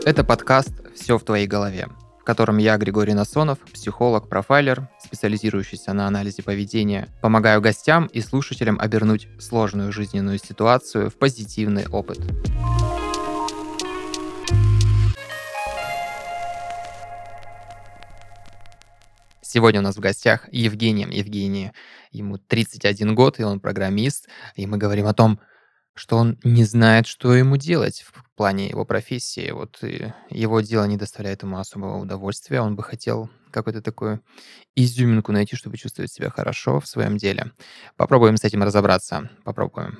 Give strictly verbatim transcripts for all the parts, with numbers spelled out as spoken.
Это подкаст «Все в твоей голове», в котором я, Григорий Насонов, психолог, профайлер, специализирующийся на анализе поведения, помогаю гостям и слушателям обернуть сложную жизненную ситуацию в позитивный опыт. Сегодня у нас в гостях Евгений. Евгений, ему тридцать один год, и он программист, и мы говорим о том, что он не знает, что ему делать в плане его профессии. Вот и его дело не доставляет ему особого удовольствия. Он бы хотел какую-то такую изюминку найти, чтобы чувствовать себя хорошо в своем деле. Попробуем с этим разобраться. Попробуем.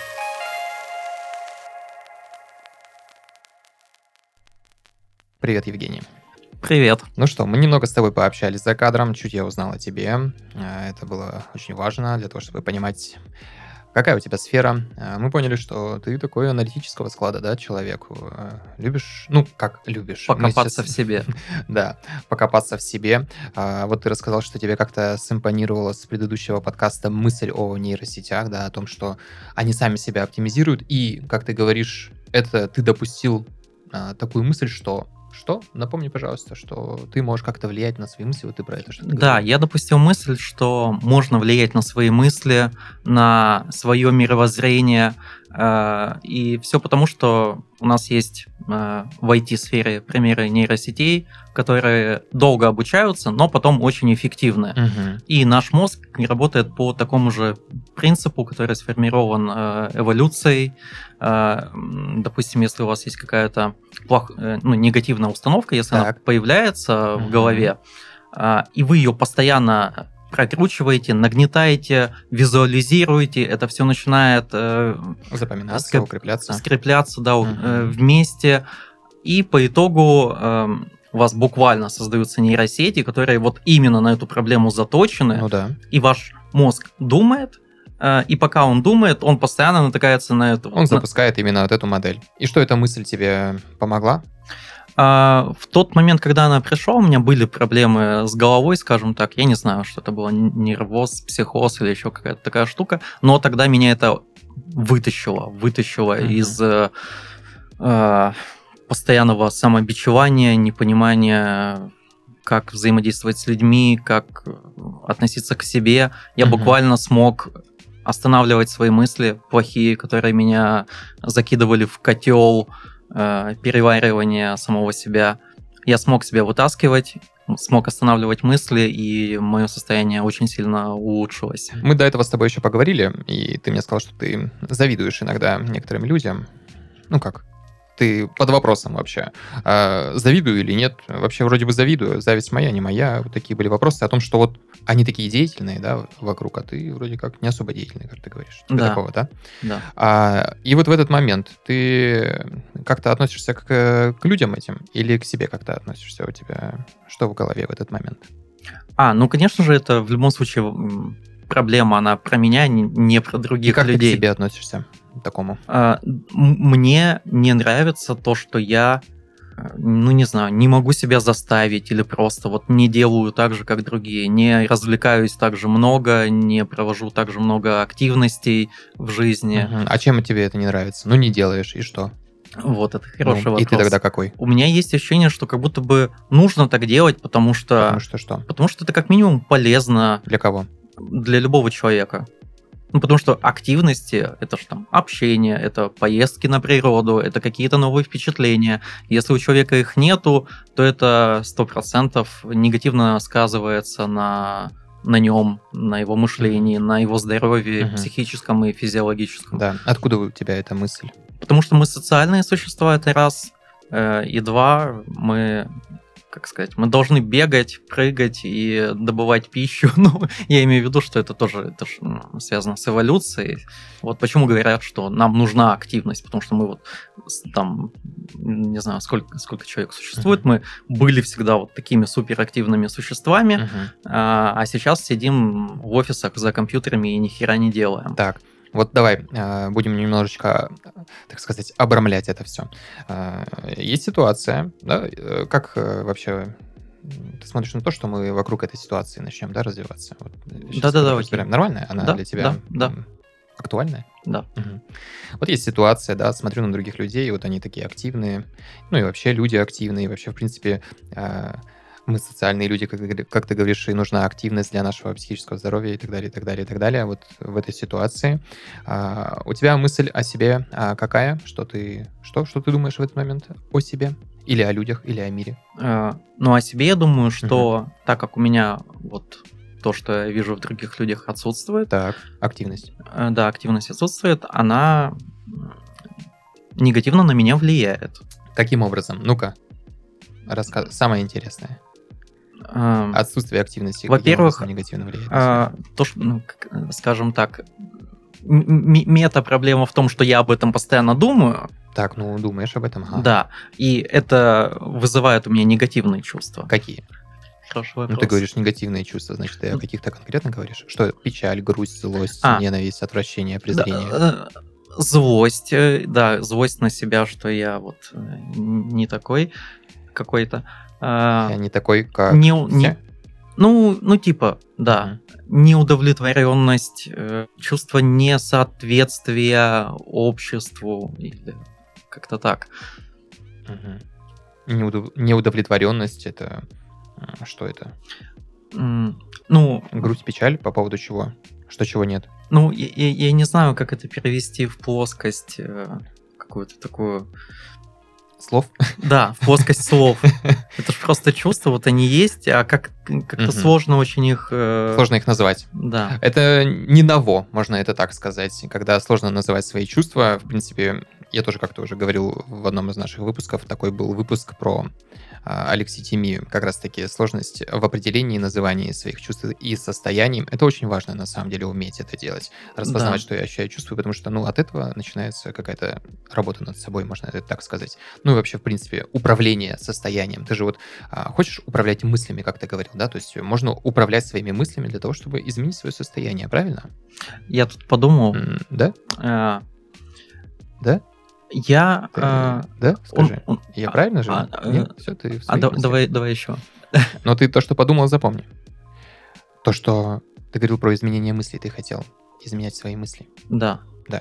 Привет, Евгений. Привет. Ну что, мы немного с тобой пообщались за кадром, чуть я узнал о тебе. А, Это было очень важно для того, чтобы понимать, какая у тебя сфера. А, Мы поняли, что ты такой аналитического склада, да, человек. А, Любишь, ну, как любишь. Мы Покопаться сейчас- в себе. Да, покопаться в себе. А, Вот ты рассказал, что тебе как-то симпонировала с предыдущего подкаста мысль о нейросетях, да, о том, что они сами себя оптимизируют. И, как ты говоришь, это ты допустил а, такую мысль, что... Что? Напомни, пожалуйста, что ты можешь как-то влиять на свои мысли. Вот ты про это что-то Да, говорил. я допустил мысль, что можно влиять на свои мысли, на свое мировоззрение, э, и все потому, что у нас есть э, в ай ти-сфере примеры нейросетей, которые долго обучаются, но потом очень эффективны. Мгм. И наш мозг работает по такому же принципу, который сформирован э, эволюцией. Э, м, допустим, если у вас есть какая-то плох- э, ну, негативная установка, если она Так. появляется Мгм. в голове, а, и вы ее постоянно прокручиваете, нагнетаете, визуализируете, это все начинает э, Запоминаться, скреп- укрепляться. скрепляться, да, у- э, Мгм. вместе, и по итогу эм, у вас буквально создаются нейросети, которые вот именно на эту проблему заточены, Ну да. и ваш мозг думает, э, и пока он думает, он постоянно натыкается на эту... Он на- запускает именно вот эту модель. И что эта мысль тебе помогла? А, в тот момент, когда она пришла, у меня были проблемы с головой, скажем так. Я не знаю, что это было, н- нервоз, психоз или еще какая-то такая штука. Но тогда меня это вытащило, вытащило Мгм. из э, э, постоянного самобичевания, непонимания, как взаимодействовать с людьми, как э, относиться к себе. Я Мгм. буквально смог останавливать свои мысли плохие, которые меня закидывали в котел э, переваривания самого себя. Я смог себя вытаскивать, смог останавливать мысли, и мое состояние очень сильно улучшилось. Мы до этого с тобой еще поговорили, и ты мне сказал, что ты завидуешь иногда некоторым людям. Ну как? Ты под вопросом вообще. А, завидую или нет? Вообще вроде бы завидую. Зависть моя, не моя. Вот такие были вопросы о том, что вот они такие деятельные, да, вокруг, а ты вроде как не особо деятельный, как ты говоришь. Типа Да. такого, да? Да. А, и вот в этот момент ты как-то относишься к, к людям этим или к себе как-то относишься? У тебя что в голове в этот момент? А, ну, конечно же, это в любом случае м, проблема, она про меня, не- не про И других как ты к людей. себе относишься к такому? А, м- Мне не нравится то, что я, э, ну не знаю, не могу себя заставить или просто вот не делаю так же, как другие, не развлекаюсь так же много, не провожу так же много активностей в жизни. Мгм. А чем тебе это не нравится? Ну, не делаешь, и что? Вот, это Ну, хороший вопрос. и ты тогда какой? У меня есть ощущение, что как будто бы нужно так делать, потому что, Потому что что? потому что это как минимум полезно Для кого? для любого человека. Ну, потому что активности — это же там общение, это поездки на природу, это какие-то новые впечатления. Если у человека их нету, то это сто процентов негативно сказывается на, на нем, на его мышлении, на его здоровье Мгм. психическом и физиологическом. Да. Откуда у тебя эта мысль? Потому что мы социальные существа, это раз, э, и два, мы, как сказать, мы должны бегать, прыгать и добывать пищу. Ну, я имею в виду, что это тоже это ж, м, связано с эволюцией. Вот почему говорят, что нам нужна активность, потому что мы вот с- там, не знаю, сколько, сколько человек существует, мы были всегда вот такими суперактивными существами, Мгм. а, а сейчас сидим в офисах за компьютерами и ни хера не делаем. Так, вот давай а, будем немножечко, так сказать, обрамлять это все. Есть ситуация, да, э, как э, вообще м, ты смотришь на то, что мы вокруг этой ситуации начнем, да, развиваться? Вот, э, щас Да-да-да, давай окей. разберем. Нормальная она Да, для тебя? да, да. м, Актуальная? да. Мгм. Вот есть ситуация, да, смотрю на других людей, вот они такие активные, ну и вообще люди активные, и вообще, в принципе, а, мы социальные люди, как, ты говори- как ты говоришь, и нужна активность для нашего психического здоровья и так далее, и так далее, и так далее. Вот в этой ситуации а, у тебя мысль о себе а, какая? Что ты, что, что ты думаешь в этот момент о себе? Или о людях, или о мире? Э, Ну, о себе я думаю, Мгм. что так как у меня вот то, что я вижу в других людях, отсутствует, Так, активность. э, да, активность отсутствует, она м, негативно на меня влияет. Каким образом? Ну-ка, раска... самое интересное. Эм, Отсутствие активности каким Во-первых, образом негативно влияет на тебя? а, то, что, ну, как, э, скажем так, м- м- мета-проблема в том, что я об этом постоянно думаю, Так, ну думаешь об этом, ага. да, и это вызывает у меня негативные чувства. Какие? Хороший Ну, вопрос. ты говоришь негативные чувства, значит, ты о М. каких-то конкретно говоришь? Что? Печаль, грусть, злость, А, ненависть, отвращение, Да, презрение. э, злость, э, да, злость на себя, что я вот э, н- не такой какой-то. А, Я не такой, как не, у- не- все. ну, ну, типа, да, неудовлетворенность, э, чувство несоответствия обществу или как-то так. Неудовлетворенность это м, что это? М, Ну, Грусть, печаль по поводу чего? Что чего нет? ну, я, я- я не знаю, как это перевести в плоскость э, какую-то такую. Слов? Да, в плоскость слов. Это же просто чувства, вот они есть, а как, как-то Мгм. сложно очень их... э, Сложно их назвать. Да, Это не ново, можно это так сказать. Когда сложно называть свои чувства, в принципе, я тоже как-то уже говорил в одном из наших выпусков, такой был выпуск про а, алекситимию, как раз-таки сложность в определении и назывании своих чувств и состояний. Это очень важно, на самом деле, уметь это делать. Распознавать, да. что я ощущаю, чувствую, потому что, ну, от этого начинается какая-то работа над собой, можно это так сказать. Ну и вообще, в принципе, управление состоянием. Ты же вот а, хочешь управлять мыслями, как ты говорил, да? То есть можно управлять своими мыслями для того, чтобы изменить свое состояние, правильно? Я тут подумал, М, Да? э, Да? я... Ты- э, Да? он- Скажи. он- Я а- правильно же? а, э, Нет? Все, ты в а своих да- мыслях. давай, давай еще. Но ты то, что подумал, запомни. То, что ты говорил про изменение мыслей, ты хотел изменять свои мысли. Да,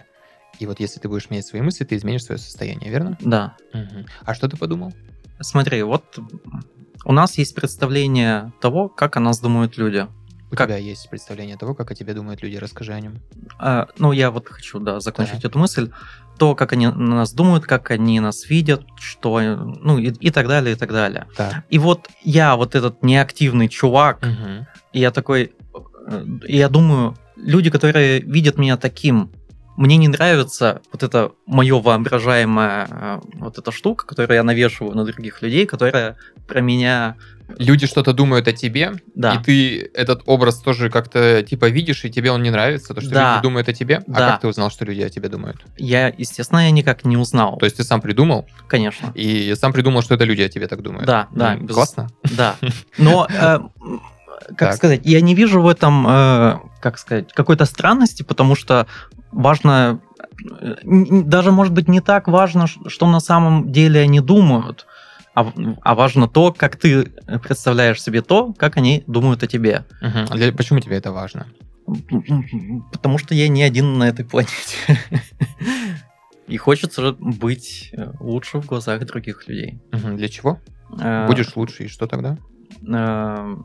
И вот если ты будешь менять свои мысли, ты изменишь свое состояние, верно? да. Мгм. А что ты подумал? Смотри, вот у нас есть представление того, как о нас думают люди. У Как? тебя есть представление того, как о тебе думают люди. Расскажи о нем. А, ну, я вот хочу, да, закончить Так. эту мысль. То, как они на нас думают, как они нас видят, что, э, ну, и, и так далее, и так далее. Так. И вот я, вот этот неактивный чувак, Мгм. и я такой, э, и я думаю, люди, которые видят меня таким, мне не нравится вот это мое воображаемое, э, вот эта штука, которую я навешиваю на других людей, которая про меня... Люди что-то думают о тебе, Да. и ты этот образ тоже как-то типа видишь, и тебе он не нравится, то, что Да. люди думают о тебе. А Да. как ты узнал, что люди о тебе думают? Я, естественно, я никак не узнал. То есть ты сам придумал, Конечно. и сам придумал, что это люди о тебе так думают. Да, да, М, без- Классно. Да. Но, э, как Так. сказать, я не вижу в этом, э, как сказать, какой-то странности, потому что важно, э, н- н- даже, может быть, не так важно, ш- что на самом деле они думают, а, в- а важно то, как ты представляешь себе то, как они думают о тебе. Мгм. А для- Почему тебе это важно? Потому что я не один на этой планете. И хочется же быть э, лучше в глазах других людей. Мгм. Для чего? Э, Будешь лучше, и что тогда? э,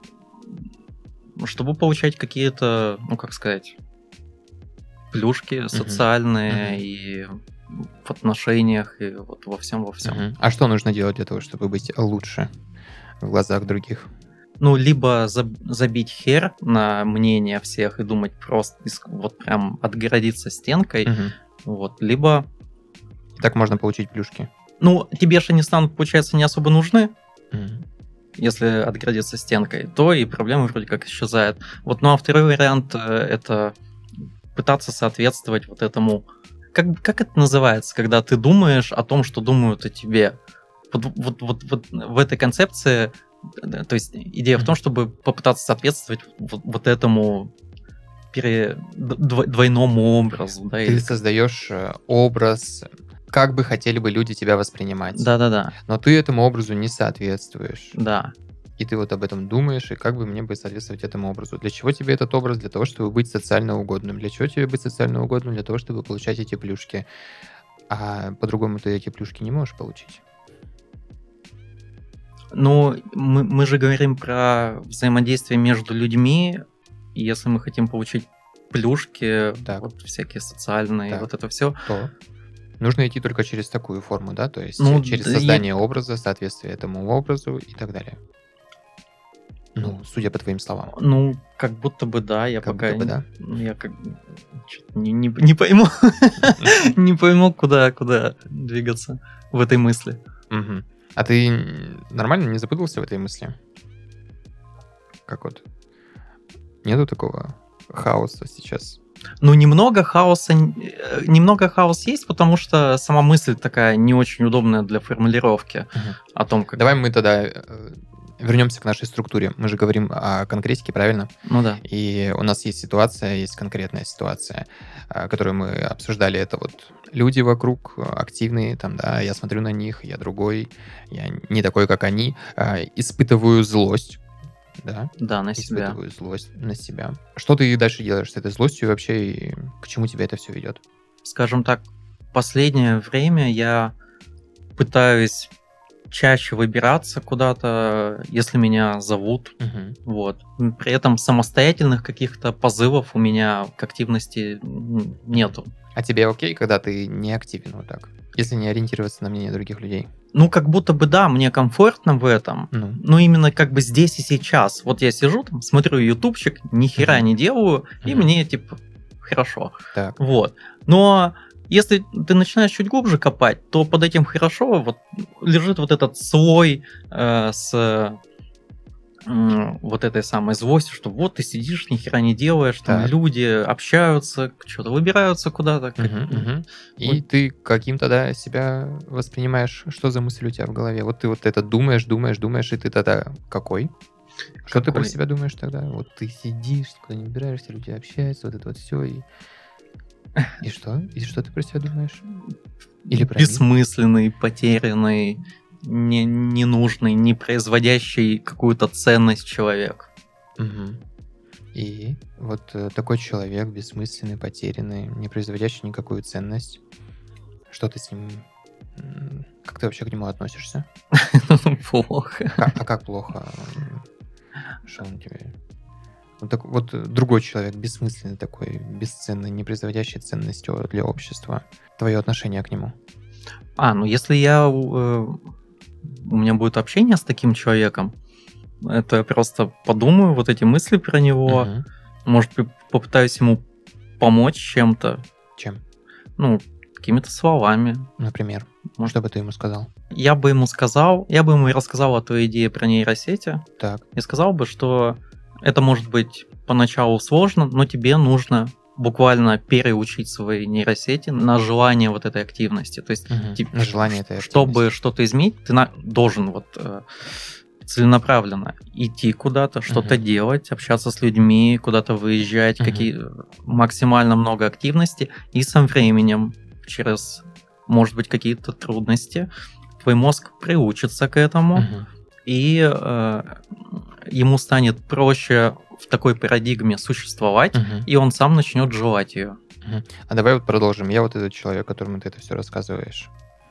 чтобы получать какие-то, ну как сказать, плюшки социальные Мгм. и в отношениях, и вот во всем, во всем. Мгм. А что нужно делать для того, чтобы быть лучше в глазах других? Ну, либо заб- забить хер на мнение всех и думать просто, иск- вот прям отгородиться стенкой, Мгм. вот, либо, И так можно получить плюшки. ну, тебе же они станут, получается, не особо нужны, Мгм. если отгородиться стенкой, то и проблемы вроде как исчезают. Вот, ну а второй вариант э, это пытаться соответствовать вот этому. Как, как это называется, когда ты думаешь о том, что думают о тебе? Вот, вот, вот, вот в этой концепции, э, то есть идея в том, чтобы попытаться соответствовать вот, вот этому пере, дво- двойному образу. Да, Ты или- создаешь э, образ, как бы хотели бы люди тебя воспринимать. Да-да-да, Но ты этому образу не соответствуешь. да. и ты вот об этом думаешь, и как бы мне бы соответствовать этому образу. Для чего тебе этот образ? Для того, чтобы быть социально угодным. Для чего тебе быть социально угодным? Для того, чтобы получать эти плюшки. А по-другому ты эти плюшки не можешь получить. Ну, мы, мы же говорим про взаимодействие между людьми, и если мы хотим получить плюшки, Так. вот всякие социальные, Так. вот это все. То нужно идти только через такую форму, да? То есть Ну, через да, создание я- образа, соответствие этому образу и так далее. Ну, судя по твоим словам. Ну, как будто бы да, я Как пока будто бы да. не- я как чё-то не, не, не пойму, не пойму, куда, куда двигаться в этой мысли. Мгм. А ты н- нормально не запутался в этой мысли? Как вот? Нету такого хаоса сейчас? Ну, немного хаоса, э, немного хаос есть, потому что сама мысль такая не очень удобная для формулировки Мгм. о том, как... Давай мы тогда э, вернемся к нашей структуре. Мы же говорим о конкретике, правильно? Ну да. И у нас есть ситуация, есть конкретная ситуация, а, которую мы обсуждали. Это вот люди вокруг а, активные, там, да, я смотрю на них, я другой, я не такой, как они, а, испытываю злость, да, Да, на себя. испытываю злость на себя. Что ты дальше делаешь с этой злостью вообще, и к чему тебя это все ведет? Скажем так, последнее время я пытаюсь чаще выбираться куда-то, если меня зовут. Мгм. Вот. При этом самостоятельных каких-то позывов у меня к активности м, нету. А тебе окей, когда ты не активен вот так? Если не ориентироваться на мнение других людей? Ну, как будто бы да, мне комфортно в этом. Ну, Но именно как бы здесь и сейчас. Вот я сижу там, смотрю ютубчик, ни хера Мгм. не делаю, и Мгм. мне типа хорошо. так. Вот. Но если ты начинаешь чуть глубже копать, то под этим хорошо вот лежит вот этот слой э, с м, вот этой самой злостью, что вот ты сидишь, ни хера не делаешь, там Так. люди общаются, что-то выбираются куда-то. как- Мгм, мгм. И Вот. ты каким-то, да, себя воспринимаешь, что за мысль у тебя в голове? Вот ты вот это думаешь, думаешь, думаешь, и ты тогда какой? Что ты про Какой? себя думаешь тогда? Вот ты сидишь, куда не убираешься, люди общаются, вот это вот все, и... И что? И что ты про себя думаешь? Или про мир? Бессмысленный, потерянный, не, ненужный, не производящий какую-то ценность человек. Мгм. И вот э, такой человек, бессмысленный, потерянный, не производящий никакую ценность. Что ты с ним... м, Как ты вообще к нему относишься? Плохо. Ка- А как плохо? м, Что он тебе... Вот, так- вот э, другой человек, бессмысленный такой, бесценный, не производящий ценности о- для общества. Твое отношение к нему. А, ну если я э, у меня будет общение с таким человеком, это я просто подумаю вот эти мысли про него, Мгм. может быть, попытаюсь ему помочь чем-то, Чем? ну, какими-то словами. Например. Может, Что бы ты ему сказал? я бы ему сказал, я бы ему и рассказал о той идее про нейросети, Так. и сказал бы, что это может быть поначалу сложно, но тебе нужно буквально переучить свои нейросети на желание вот этой активности. То есть, Мгм. тип- На желание этой чтобы активности. что-то изменить, ты на- должен вот э, целенаправленно идти куда-то, что-то Мгм. делать, общаться с людьми, куда-то выезжать, Мгм. какие максимально много активности, и со временем через, может быть, какие-то трудности твой мозг приучится к этому, Мгм. и э, ему станет проще в такой парадигме существовать, Мгм. и он сам начнет желать ее. Мгм. А давай вот продолжим. Я вот этот человек, которому ты это все рассказываешь.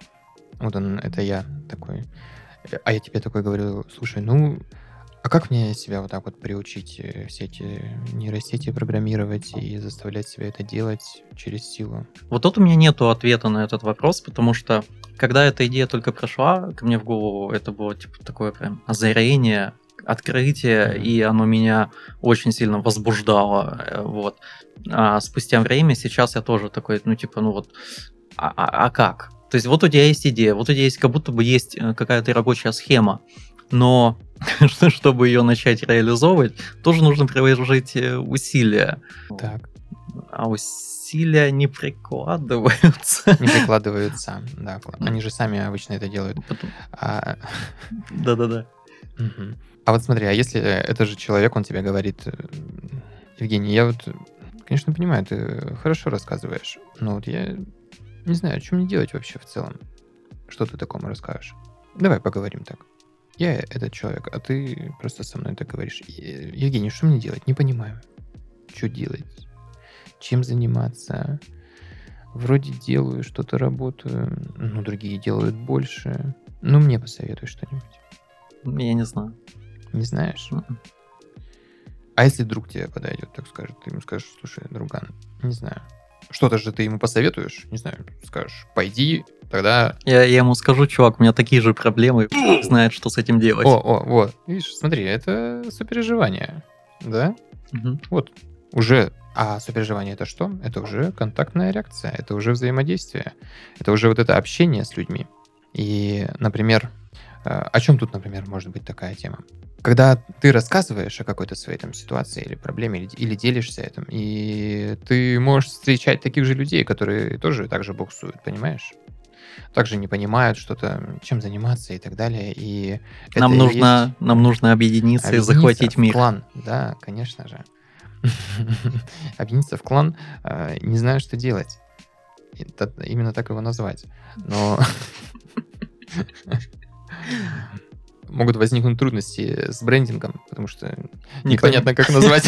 Вот он, это я такой. Э, А я тебе такой говорю, слушай, ну, а как мне себя вот так вот приучить э, все эти нейросети программировать и заставлять себя это делать через силу? Вот тут у меня нету ответа на этот вопрос, потому что когда эта идея только пришла ко мне в голову, это было типа такое прям озарение, открытие, Мгм. и оно меня очень сильно возбуждало. э, Вот. А спустя время сейчас я тоже такой, ну типа, ну вот, а, а- а как? То есть вот у тебя есть идея, вот у тебя есть как будто бы есть э, какая-то рабочая схема, но что- чтобы ее начать реализовывать, тоже нужно приложить э, усилия. Так, А усилия не прикладываются. не прикладываются. Да, кла- они же сами обычно это делают. Потом- А, Да-да-да. мгм. А вот смотри, а если э, это же человек, он тебе говорит, э, Евгений, я вот, э, конечно, понимаю, ты хорошо рассказываешь, но вот я не знаю, что мне делать вообще в целом. Что ты такому расскажешь? Давай поговорим так. Я этот человек, а ты просто со мной так говоришь. «Е- Евгений, что мне делать? Не понимаю. Что делать? Чем заниматься? Вроде делаю, что-то работаю, но другие делают больше. Ну, мне посоветуй что-нибудь. Я не знаю. Не знаешь? Мгм. А если друг тебе подойдет, так скажет, ты ему скажешь, слушай, друган, не знаю. Что-то же ты ему посоветуешь, не знаю, скажешь, пойди, тогда... Я, я ему скажу, чувак, у меня такие же проблемы, знает, что с этим делать. О, о, вот, видишь, смотри, это сопереживание, да? Мгм. Вот, уже... А сопереживание это что? Это уже контактная реакция, это уже взаимодействие, это уже вот это общение с людьми. И, например, э, о чем тут, например, может быть такая тема? Когда ты рассказываешь о какой-то своей там ситуации или проблеме, или, или делишься этим, и ты можешь встречать таких же людей, которые тоже так же буксуют, понимаешь? Также не понимают что-то, чем заниматься и так далее. И Нам это и есть нужно, нам нужно объединиться и объединиться захватить в мир. клан. Да, конечно же. Объединиться в клан, э, не знаю, что делать. Это именно так его назвать. Но могут возникнуть трудности с брендингом, потому что Никто не- непонятно, как назвать.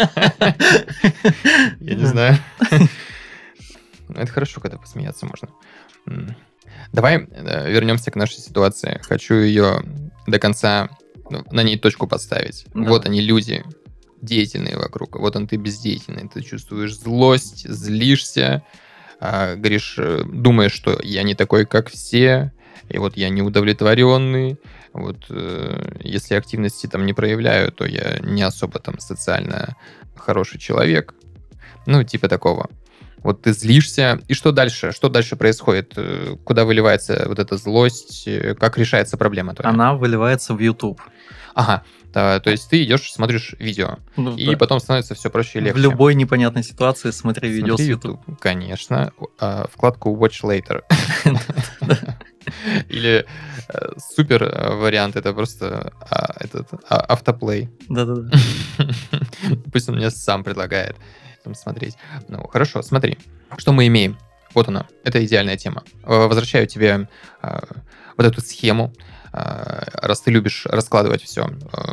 Я не знаю. Это хорошо, когда посмеяться можно. М. Давай э, вернемся к нашей ситуации. Хочу ее до конца, ну, на ней точку поставить. Давай. Вот они, люди, деятельные вокруг. Вот он, ты бездеятельный. Ты чувствуешь злость, злишься, а, говоришь, э, думаешь, что я не такой, как все, и вот я неудовлетворенный. Вот э, если активности там не проявляю, то я не особо там социально хороший человек. Ну, типа такого. Вот ты злишься, и что дальше? Что дальше происходит? Э, Куда выливается вот эта злость? Э, Как решается проблема твоя? Она выливается в YouTube. Ага, та- то есть ты идешь, смотришь видео, Ну, и да. потом становится все проще и В легче. любой непонятной ситуации смотри видео Смотри с YouTube. YouTube, конечно. А, вкладку Watch Later. Или э, супер э, вариант, это просто а, этот а, автоплей. Да-да-да. Пусть он мне сам предлагает там смотреть. Ну, хорошо, смотри. Что мы имеем? Вот она. Это идеальная тема. Э, Возвращаю тебе э, вот эту схему. Э, Раз ты любишь раскладывать все,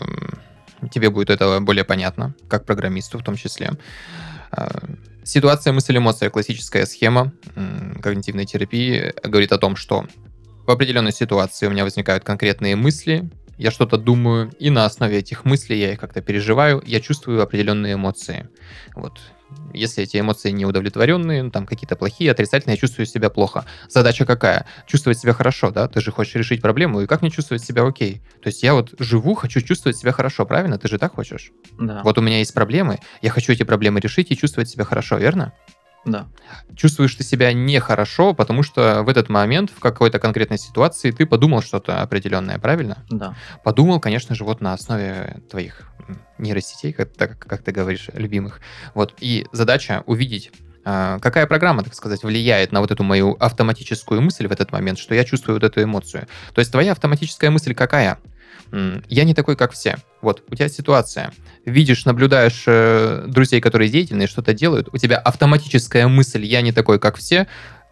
тебе будет это более понятно, как программисту в том числе. Э, Ситуация, мысль, эмоция, классическая схема м, когнитивной терапии говорит о том, что в определенной ситуации у меня возникают конкретные мысли, я что-то думаю, и на основе этих мыслей я их как-то переживаю, я чувствую определенные эмоции. Вот. Если эти эмоции неудовлетворенные, ну, там какие-то плохие, отрицательные, я чувствую себя плохо. Задача какая? Чувствовать себя хорошо, да? Ты же хочешь решить проблему, и как мне чувствовать себя окей? То есть я вот живу, хочу чувствовать себя хорошо, правильно? Ты же так хочешь? Да. Вот у меня есть проблемы, я хочу эти проблемы решить и чувствовать себя хорошо, верно? Да. Чувствуешь ты себя нехорошо, потому что в этот момент, в какой-то конкретной ситуации, ты подумал что-то определенное, правильно? Да. Подумал, конечно же, вот на основе твоих м, нейросетей, как, так, как ты говоришь, любимых. Вот. И задача увидеть, а, какая программа, так сказать, влияет на вот эту мою автоматическую мысль в этот момент, что я чувствую вот эту эмоцию. То есть твоя автоматическая мысль какая? М, Я не такой, как все. Вот, у тебя ситуация. Видишь, наблюдаешь э, друзей, которые деятельные, что-то делают. У тебя автоматическая мысль «я не такой, как все».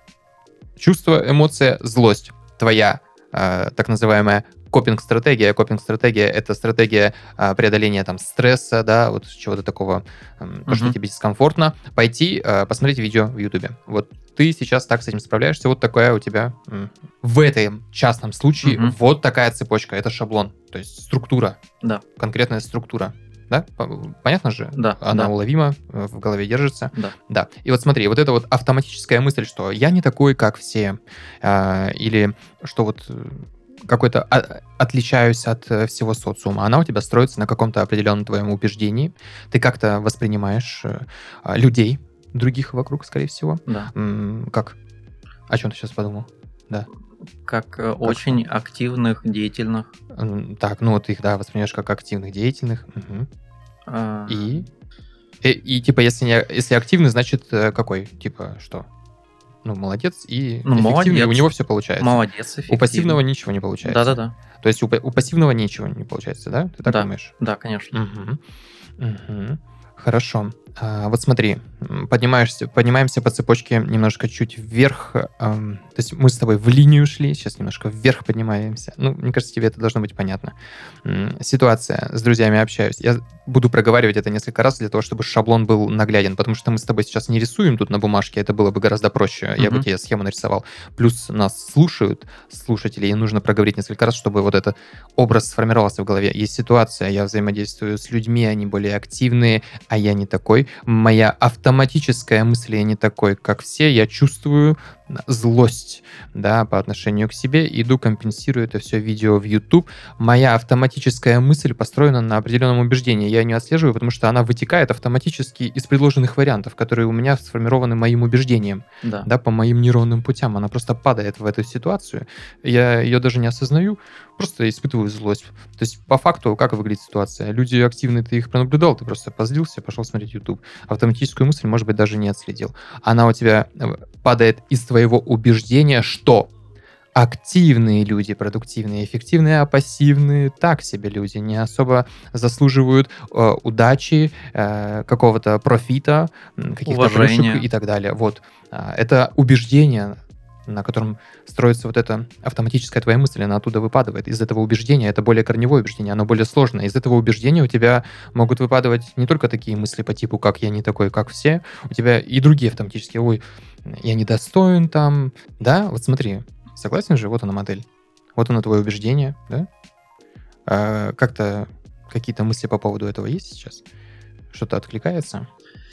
Чувство, эмоция, злость. Твоя э, так называемая копинг-стратегия. Копинг-стратегия — это стратегия э, преодоления там стресса, да, вот чего-то такого, эм, то, что Мгм. тебе дискомфортно. Пойти э, посмотреть видео в Ютубе. Вот ты сейчас так с этим справляешься, вот такая у тебя м, в этом частном случае Мгм. вот такая цепочка, это шаблон, то есть структура, Да. конкретная структура. Да? П- Понятно же? Да, Она да. уловима, э, в голове держится. Да. Да. И вот смотри, вот эта вот автоматическая мысль, что я не такой, как все, а, или что вот э, какой-то а- отличаюсь от э, всего социума, она у тебя строится на каком-то определенном твоем убеждении. Ты как-то воспринимаешь э, а, людей, других вокруг, скорее всего. Да. М, Как? О чем ты сейчас подумал? Да. Как э, очень активных, деятельных. М, Так, ну вот ты их, да, воспринимаешь как активных, деятельных. Мгм. э, И? И, и, типа, если, не, если активный, значит э, какой? Типа, что? Ну, молодец и Ну, эффективный, и у молодец. него все получается. Молодец, У эффективный. пассивного ничего не получается. Да-да-да. То есть у, па- у пассивного ничего не получается, да? Ты так Да. думаешь? Да, конечно. Мгм. Мгм. Хорошо. А, вот смотри, м, поднимаешься, поднимаемся по цепочке немножко чуть вверх. ам, то есть мы с тобой в линию шли, сейчас немножко вверх поднимаемся. Ну, мне кажется, тебе это должно быть понятно. М, Ситуация, с друзьями общаюсь. Я буду проговаривать это несколько раз для того, чтобы шаблон был нагляден, потому что мы с тобой сейчас не рисуем тут на бумажке, это было бы гораздо проще. Я бы Мгм. тебе схему нарисовал. Плюс нас слушают слушатели, и нужно проговорить несколько раз, чтобы вот этот образ сформировался в голове. Есть ситуация, я взаимодействую с людьми, они более активные, а я не такой. Моя автоматическая мысль, я не такой, как все. Я чувствую злость, да, по отношению к себе. Иду, компенсирую это все видео в YouTube. Моя автоматическая мысль построена на определенном убеждении. Я ее не отслеживаю, потому что она вытекает автоматически из предложенных вариантов, которые у меня сформированы моим убеждением, Да. да, по моим нейронным путям. Она просто падает в эту ситуацию. Я ее даже не осознаю, просто испытываю злость. То есть, по факту, как выглядит ситуация? Люди активные, ты их пронаблюдал, ты просто позлился, пошел смотреть YouTube. Автоматическую мысль, может быть, даже не отследил. Она у тебя э, падает из твоего убеждения, что активные люди, продуктивные, эффективные, а пассивные так себе люди, не особо заслуживают э, удачи, э, какого-то профита, м, каких-то плюшек Уважение. и так далее. Вот. А, Это убеждение, на котором строится вот эта автоматическая твоя мысль, она оттуда выпадает. Из этого убеждения, это более корневое убеждение, оно более сложное. Из этого убеждения у тебя могут выпадывать не только такие мысли по типу «как я не такой, как все», у тебя и другие автоматические «ой, я недостоин там». Да, вот смотри, согласен же? Вот она модель. Вот оно твое убеждение, да? А как-то какие-то мысли по поводу этого есть сейчас? Что-то откликается?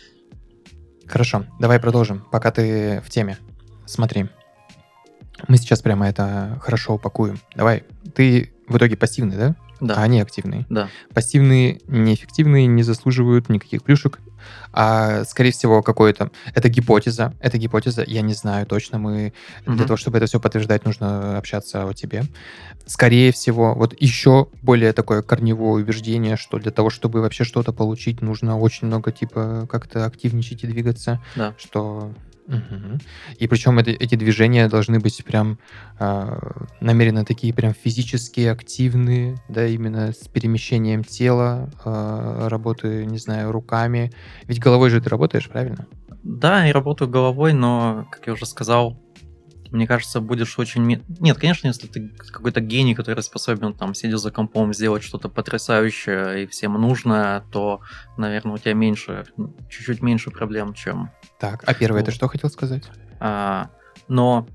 Хорошо, давай продолжим, пока ты в теме. Смотри. Мы сейчас прямо это хорошо упакуем. Давай, ты в итоге пассивный, да? Да. А они активные. Да. Пассивные, неэффективные, не заслуживают никаких плюшек. А, скорее всего, какое-то... Это гипотеза. Это гипотеза. Я не знаю точно. Мы для Мгм. того, чтобы это все подтверждать, нужно общаться о тебе. Скорее всего, вот еще более такое корневое убеждение, что для того, чтобы вообще что-то получить, нужно очень много, типа, как-то активничать и двигаться. Да. Что... Мгм. И причем это- эти движения должны быть прям а, намеренно такие прям физически активные, да, именно с перемещением тела, а, работы, не знаю, руками. Ведь головой же ты работаешь, правильно? Да, и работаю головой, но, как я уже сказал, мне кажется, будешь очень... ме- Нет, конечно, если ты какой-то гений, который способен, там, сидя за компом, сделать что-то потрясающее и всем нужное, то, наверное, у тебя меньше, чуть-чуть меньше проблем, чем... Так, а первое ты Вот. что хотел сказать? А, но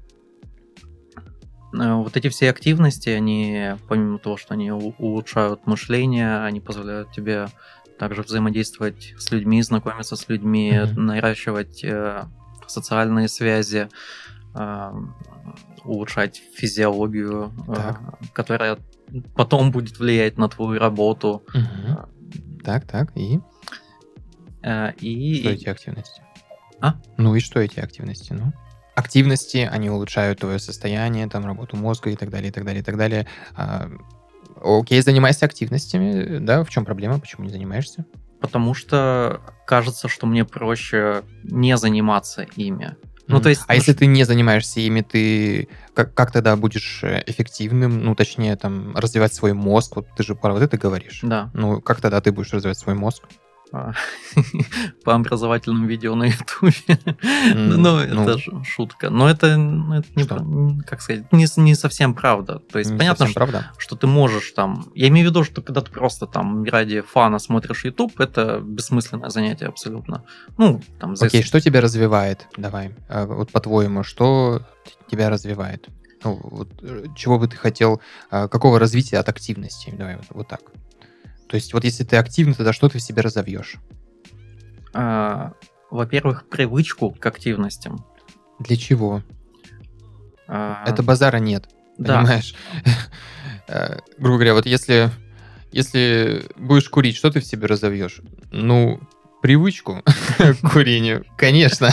э, вот эти все активности, они, помимо того, что они у- улучшают мышление, они позволяют тебе также взаимодействовать с людьми, знакомиться с людьми, Мгм. наращивать э, социальные связи, а, улучшать физиологию, э, Так. которая потом будет влиять на твою работу. Мгм. А, Так, так, и э, и, что и- эти активности? А? Ну и что эти активности? Ну, активности, они улучшают твое состояние, там, работу мозга и так далее, и так далее, и так далее. А, окей, занимайся активностями, да, в чем проблема, почему не занимаешься? Потому что кажется, что мне проще не заниматься ими. Ну, Мгм. то есть, А ну, если ш- ты не занимаешься ими, ты как, как тогда будешь э, эффективным, ну, точнее, там, развивать свой мозг? Вот ты же про вот это говоришь. да, Ну, как тогда ты будешь развивать свой мозг? а, по образовательным видео на Ютубе. Ну, М, ну, ну, это же шутка. Но это, ну, это не, Что? про- н- как сказать, не, с- не совсем правда. То есть не понятно, совсем что, правда? что ты можешь там... Я имею в виду, что когда ты просто там ради фана смотришь YouTube, это бессмысленное занятие абсолютно. Ну, там, за Окей, ис- что тебя развивает? Давай, а, вот по-твоему, что т- тебя развивает? Ну, вот, э, чего бы ты хотел, а, какого развития от активности? Давай вот, вот так. То есть вот если ты активный, тогда что ты в себе разовьешь? а, во-первых, привычку к активностям. Для чего? А, Это базара нет, да, понимаешь? Э, Грубо говоря, вот если, если будешь курить, что ты в себе разовьешь? Ну, привычку к курению, конечно.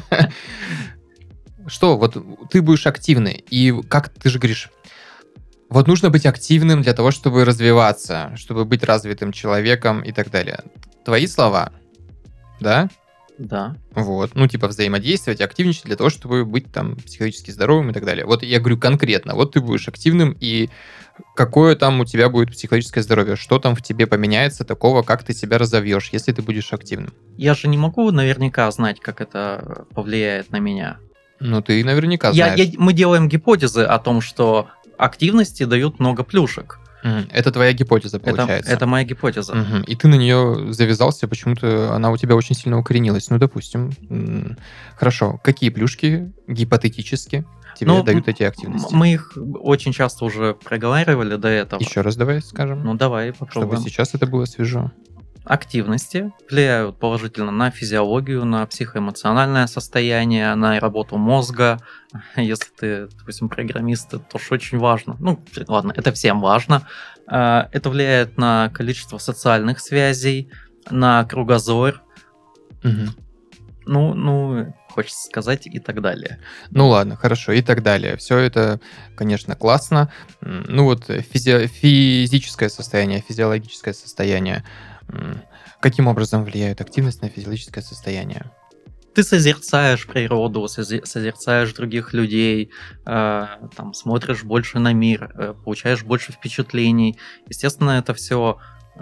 Что, вот ты будешь активный, и как ты же говоришь, вот нужно быть активным для того, чтобы развиваться, чтобы быть развитым человеком и так далее. Твои слова, да? Да. Вот. Ну, типа взаимодействовать, активничать для того, чтобы быть там психологически здоровым и так далее. Вот я говорю конкретно, вот ты будешь активным, и какое там у тебя будет психологическое здоровье, что там в тебе поменяется такого, как ты себя разовьешь, если ты будешь активным. Я же не могу наверняка знать, как это повлияет на меня. Ну, ты наверняка Я, знаешь. я, мы делаем гипотезы о том, что активности дают много плюшек. Мгм. Это твоя гипотеза, Это, получается. это моя гипотеза. Мгм. И ты на нее завязался, почему-то она у тебя очень сильно укоренилась. Ну, допустим. М, Хорошо. Какие плюшки гипотетически тебе Ну, дают эти м- активности? мы их очень часто уже проговаривали до этого. Еще раз давай скажем, Ну, давай чтобы попробуем. сейчас это было свежо. Активности влияют положительно на физиологию, на психоэмоциональное состояние, на работу мозга. Если ты, допустим, программист, это тоже очень важно. Ну, ладно, это всем важно. А, Это влияет на количество социальных связей, на кругозор. Мгм. Ну, ну, хочется сказать и так далее. Ну ладно, хорошо, и так далее. Все это, конечно, классно. М, Ну вот э, физи- физическое состояние, физиологическое состояние. М, Каким образом влияет активность на физиологическое состояние? Ты созерцаешь природу, созе- созерцаешь других людей, э, там, смотришь больше на мир, э, получаешь больше впечатлений. Естественно, это все,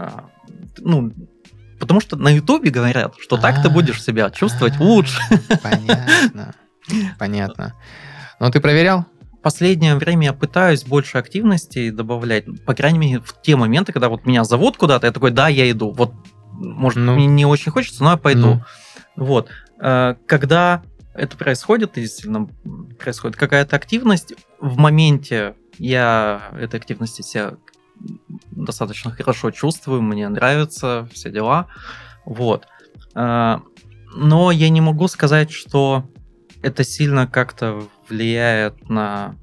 ну, потому что на Ютубе говорят, что так ты А, будешь себя чувствовать а, лучше. Понятно, понятно. Ну ты проверял? В последнее время я пытаюсь больше активности добавлять, по крайней мере, в те моменты, когда вот меня зовут куда-то, я такой, да, я иду. Вот, может, Ну. мне не очень хочется, но я пойду. Ну. Вот. Э, Когда это происходит, и действительно происходит какая-то активность, в моменте я этой активности себя достаточно хорошо чувствую, мне нравится, все дела. Вот. Э, Но я не могу сказать, что это сильно как-то влияет на,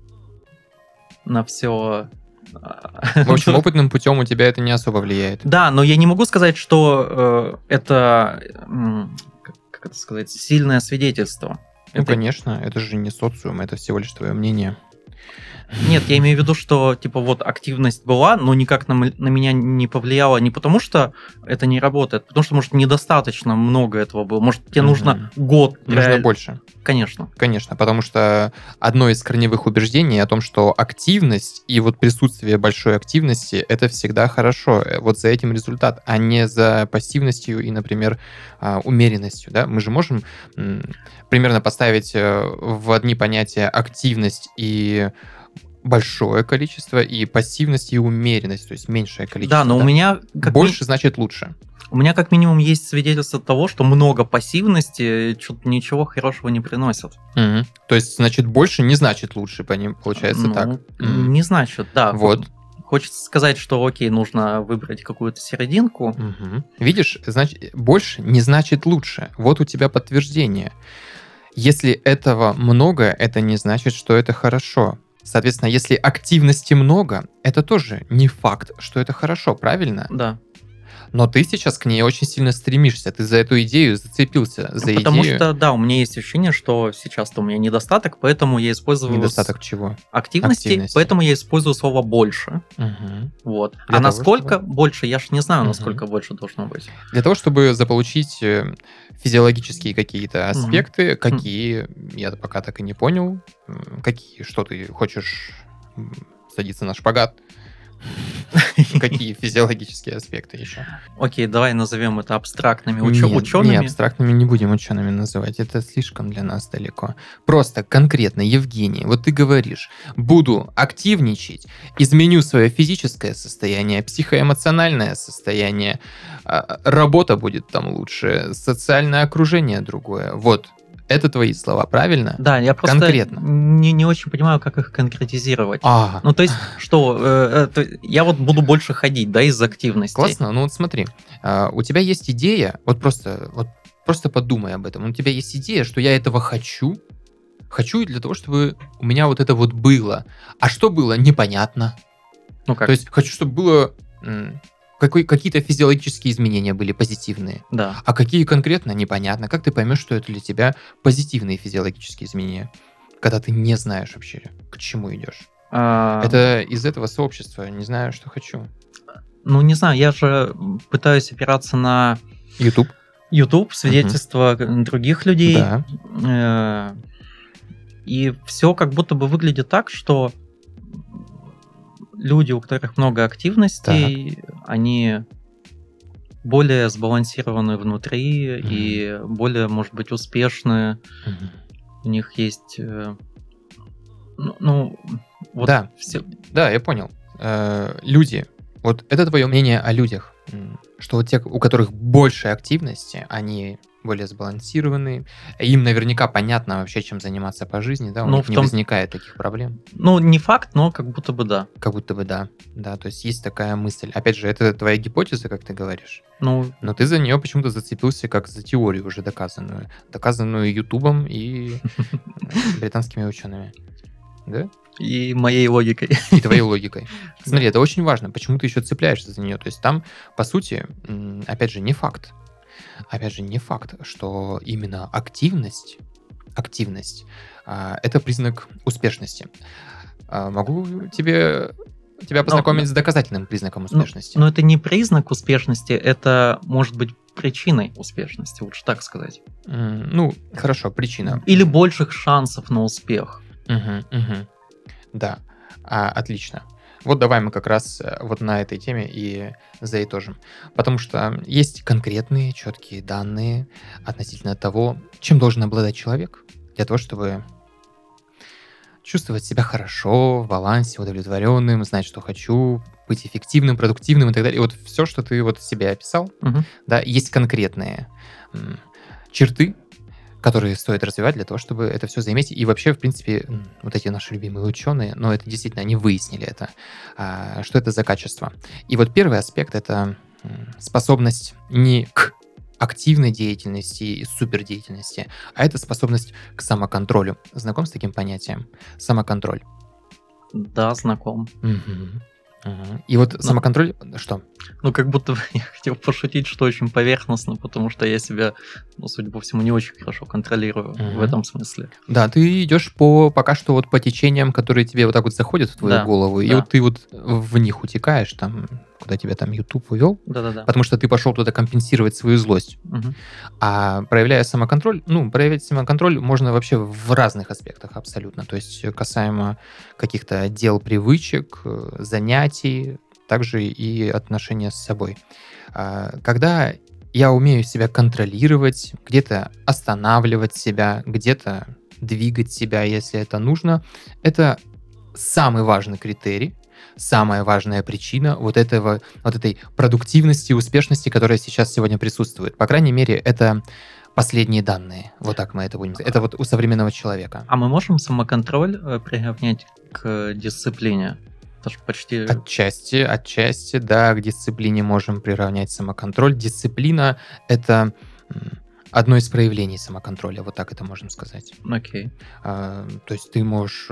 на все. В общем, опытным путем у тебя это не особо влияет. Да, но я не могу сказать, что э, это, м, как, как это сказать, сильное свидетельство. Ну, Это- конечно, это же не социум, это всего лишь твое мнение. Нет, я имею в виду, что типа вот активность была, но никак на, м- на меня не повлияло не потому, что это не работает, потому что, может, недостаточно много этого было. Может, тебе Мгм. нужно год. Нужно реаль- больше. Конечно. Конечно, потому что одно из корневых убеждений о том, что активность и вот присутствие большой активности — это всегда хорошо. Э, Вот за этим результат, а не за пассивностью и, например, а, умеренностью. Да? Мы же можем м, примерно поставить э, в одни понятия активность и большое количество, и пассивность и умеренность, то есть меньшее количество. Да, но у меня как ми- Больше значит лучше. у меня как минимум есть свидетельство того, что много пассивности что-то ничего хорошего не приносит. Мгм. То есть, значит, больше не значит лучше, по ним получается Ну, так. М. Не значит, да. Вот. Хочется сказать, что окей, нужно выбрать какую-то серединку. Мгм. Видишь, значит, больше не значит лучше. Вот у тебя подтверждение. Если этого много, это не значит, что это хорошо. Соответственно, если активности много, это тоже не факт, что это хорошо, правильно? Да. Но ты сейчас к ней очень сильно стремишься. Ты за эту идею зацепился. За Потому идею... что, да, у меня есть ощущение, что сейчас-то у меня недостаток, поэтому я использую Недостаток чего? активности, активности. поэтому я использую слово больше. Мгм. Вот. Для а того, насколько чтобы- больше, я ж не знаю, Мгм. насколько больше должно быть. Для того, чтобы заполучить э, физиологические какие-то Мгм. аспекты, какие, я пока так и не понял, м, какие, что ты хочешь м, садиться на шпагат, какие физиологические аспекты еще. Окей, давай назовем это абстрактными учё- Нет, учеными. не, абстрактными не будем учеными называть, это слишком для нас далеко. Просто конкретно, Евгений, вот ты говоришь, буду активничать, изменю свое физическое состояние, психоэмоциональное состояние, а, работа будет там лучше, социальное окружение другое. Вот, это твои слова, правильно? Да, я просто Конкретно. Не, не очень понимаю, как их конкретизировать. А, Ну, то есть, что, э, э, то- я вот буду больше ходить, да, из активности. классно, ну вот смотри, а, у тебя есть идея, вот просто, вот просто подумай об этом, у тебя есть идея, что я этого хочу, хочу для того, чтобы у меня вот это вот было. А что было, непонятно. Ну как? То есть хочу, чтобы было м, какой- какие-то физиологические изменения были позитивные. Да. А какие конкретно, непонятно. Как ты поймешь, что это для тебя позитивные физиологические изменения, когда ты не знаешь вообще, к чему идешь? А, Это из этого сообщества, не знаю, что хочу. Ну, не знаю, я же пытаюсь опираться на... YouTube. YouTube, свидетельства мгм. других людей. Да. И все как будто бы выглядит так, что люди, у которых много активностей, так. они более сбалансированы внутри mm-hmm. и более, может быть, успешны. Mm-hmm. У них есть... Ну, ну вот да, все... да, я понял. Люди, вот это твое мнение о людях, что вот те, у которых больше активности, они более сбалансированные, им наверняка понятно вообще, чем заниматься по жизни, да, у ну, них не том... возникает таких проблем. Ну, не факт, но как будто бы да. Как будто бы да, да, то есть есть такая мысль. Опять же, это твоя гипотеза, как ты говоришь, ну... но ты за нее почему-то зацепился как за теорию уже доказанную, доказанную Ютубом и британскими учеными, да? И моей логикой. И твоей логикой. Смотри, это очень важно, почему ты еще цепляешься за нее. То есть там, по сути, опять же, не факт. Опять же, не факт, что именно активность, активность а, это признак успешности. А, могу тебе, тебя познакомить но, с доказательным признаком успешности. Но, но это не признак успешности, это может быть причиной успешности, лучше так сказать. Mm, ну, хорошо, причина. Или больших шансов на успех. Угу, угу. Да, а, отлично. Вот давай мы как раз вот на этой теме и заитожим. Потому что есть конкретные, четкие данные относительно того, чем должен обладать человек для того, чтобы чувствовать себя хорошо, в балансе, удовлетворенным, знать, что хочу, быть эффективным, продуктивным и так далее. И вот все, что ты вот себе описал, угу. да, есть конкретные м, черты, которые стоит развивать для того, чтобы это все заиметь. И вообще, в принципе, вот эти наши любимые ученые, но это действительно, они выяснили это, что это за качество. И вот первый аспект — это способность не к активной деятельности и супердеятельности, а это способность к самоконтролю. Знаком с таким понятием? Самоконтроль. Да, знаком. Угу. Угу. И вот ну, самоконтроль, что? Ну, как будто я хотел пошутить, что очень поверхностно, потому что я себя, ну, судя по всему, не очень хорошо контролирую угу. в этом смысле. Да, ты идешь по пока что вот по течениям, которые тебе вот так вот заходят в твою да, голову, да. и вот ты вот в них утекаешь, там, куда тебя там YouTube увел, Да-да-да. потому что ты пошел туда компенсировать свою злость. Угу. А проявляя самоконтроль, ну, проявить самоконтроль можно вообще в разных аспектах абсолютно, то есть касаемо каких-то дел, привычек, занятий, также и отношения с собой. Когда я умею себя контролировать, где-то останавливать себя, где-то двигать себя, если это нужно, это самый важный критерий, самая важная причина вот, этого, вот этой продуктивности и успешности, которая сейчас сегодня присутствует. По крайней мере, это последние данные. Вот так мы это будем сказать. Это вот у современного человека. А мы можем самоконтроль приравнять к дисциплине? Это же почти... Отчасти, отчасти, да, к дисциплине можем приравнять самоконтроль. Дисциплина — это одно из проявлений самоконтроля, вот так это можем сказать. Окей. Okay. А, то есть ты можешь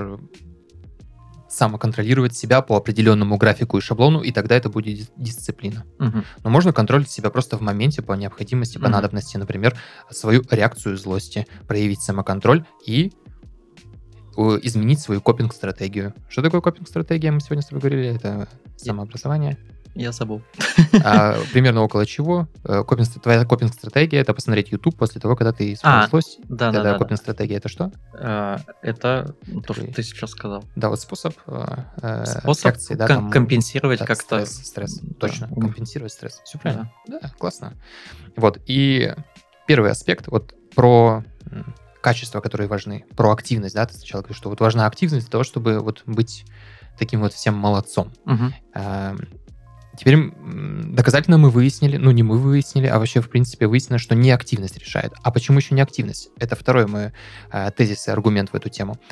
самоконтролировать себя по определенному графику и шаблону, и тогда это будет дисциплина. Uh-huh. Но можно контролить себя просто в моменте по необходимости, по uh-huh. надобности, например, свою реакцию злости, проявить самоконтроль и изменить свою копинг-стратегию. Что такое копинг-стратегия? Мы сегодня с тобой говорили, это самообразование. Я забыл. А, примерно около чего? Копинг, твоя копинг-стратегия — это посмотреть YouTube после того, когда ты испытал а, злость. Да, да, да. Копинг-стратегия — это что? А, это то, что ты сейчас сказал. Да, вот способ, способ реакции, да, ком- там, компенсировать да, как-то. Стресс, стресс. Да. Точно, компенсировать стресс. Все правильно. Да. да, классно. Вот, и первый аспект вот про качества, которые важны, про активность, да, ты сначала говоришь, что вот важна активность для того, чтобы вот быть таким вот всем молодцом. Угу. А, теперь доказательно мы выяснили, ну не мы выяснили, а вообще в принципе выяснено, что не активность решает. А почему еще не активность? Это второй мой а, тезис и аргумент в эту тему.